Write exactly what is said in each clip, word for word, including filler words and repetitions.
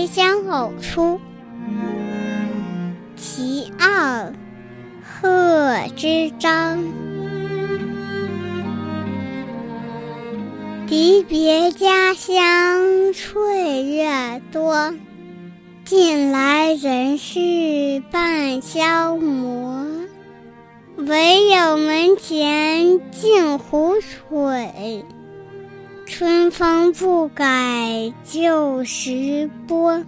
乡偶书》其二，贺知章。离别家乡岁月多，近来人事半消磨。唯有门前镜湖水，春风不改旧时波。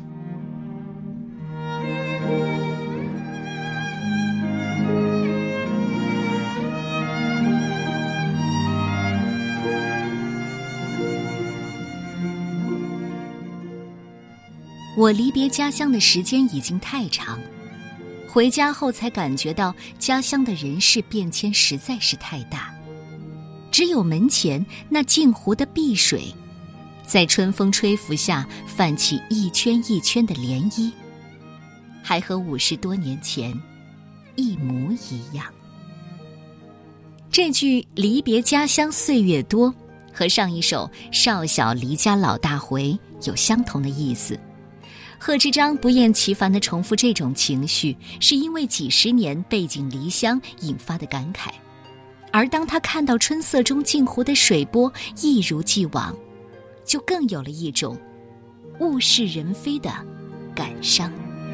我离别家乡的时间已经太长，回家后才感觉到家乡的人事变迁实在是太大。只有门前那镜湖的碧水，在春风吹拂下泛起一圈一圈的涟漪，还和五十多年前一模一样。这句离别家乡岁月多和上一首少小离家老大回有相同的意思。贺知章不厌其烦地重复这种情绪，是因为几十年背井离乡引发的感慨。而当他看到春色中镜湖的水波一如既往，就更有了一种物是人非的感伤。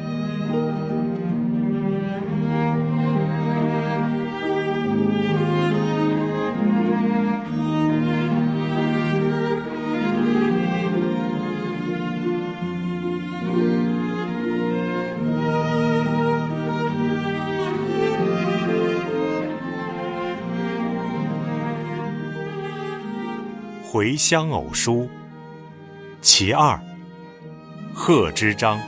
回乡偶书其二，贺知章。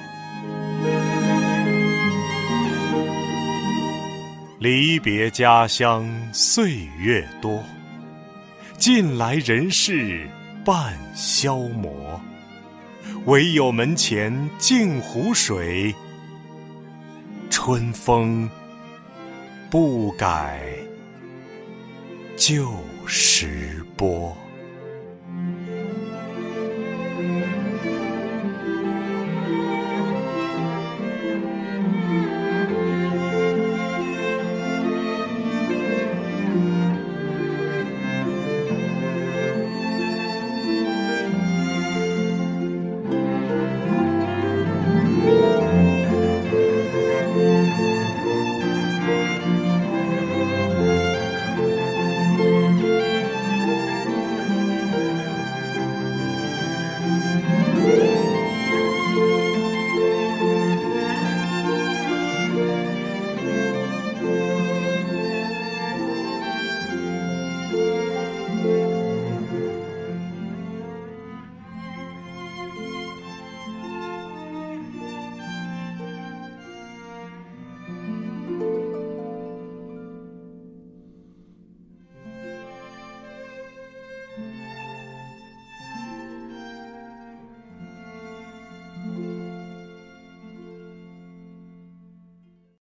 离别家乡岁月多，近来人事半消磨。唯有门前镜湖水，春风不改旧时波。